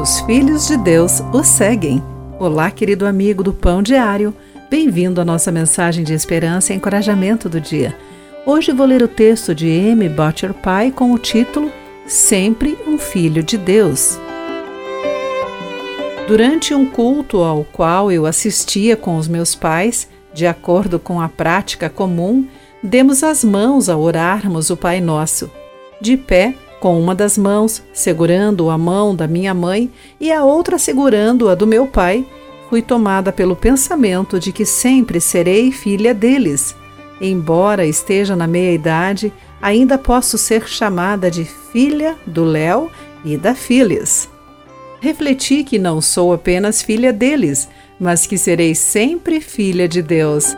Os filhos de Deus o seguem. Olá, querido amigo do Pão Diário. Bem-vindo à nossa mensagem de esperança e encorajamento do dia. Hoje vou ler o texto de Amy Butcher Pye com o título Sempre um Filho de Deus. Durante um culto ao qual eu assistia com os meus pais, de acordo com a prática comum, demos as mãos ao orarmos o Pai Nosso. De pé, com uma das mãos segurando a mão da minha mãe e a outra segurando a do meu pai, fui tomada pelo pensamento de que sempre serei filha deles. Embora esteja na meia-idade, ainda posso ser chamada de filha do Léo e da Phyllis. Refleti que não sou apenas filha deles, mas que serei sempre filha de Deus.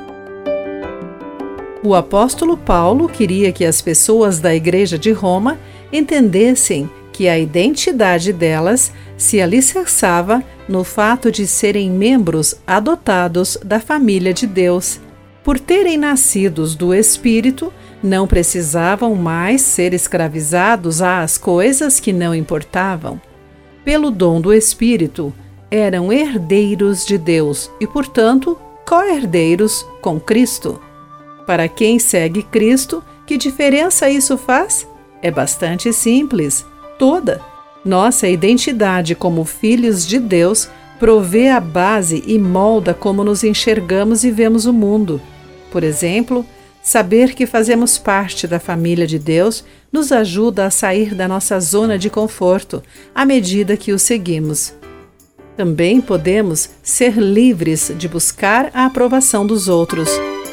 O apóstolo Paulo queria que as pessoas da Igreja de Roma entendessem que a identidade delas se alicerçava no fato de serem membros adotados da família de Deus. Por terem nascidos do Espírito, não precisavam mais ser escravizados às coisas que não importavam. Pelo dom do Espírito, eram herdeiros de Deus e, portanto, co-herdeiros com Cristo. Para quem segue Cristo, que diferença isso faz? É bastante simples, toda. Nossa identidade como filhos de Deus provê a base e molda como nos enxergamos e vemos o mundo. Por exemplo, saber que fazemos parte da família de Deus nos ajuda a sair da nossa zona de conforto à medida que o seguimos. Também podemos ser livres de buscar a aprovação dos outros.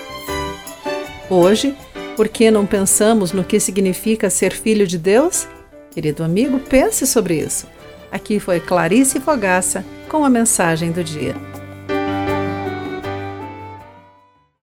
Hoje, por que não pensamos no que significa ser filho de Deus? Querido amigo, pense sobre isso. Aqui foi Clarice Fogaça com a mensagem do dia.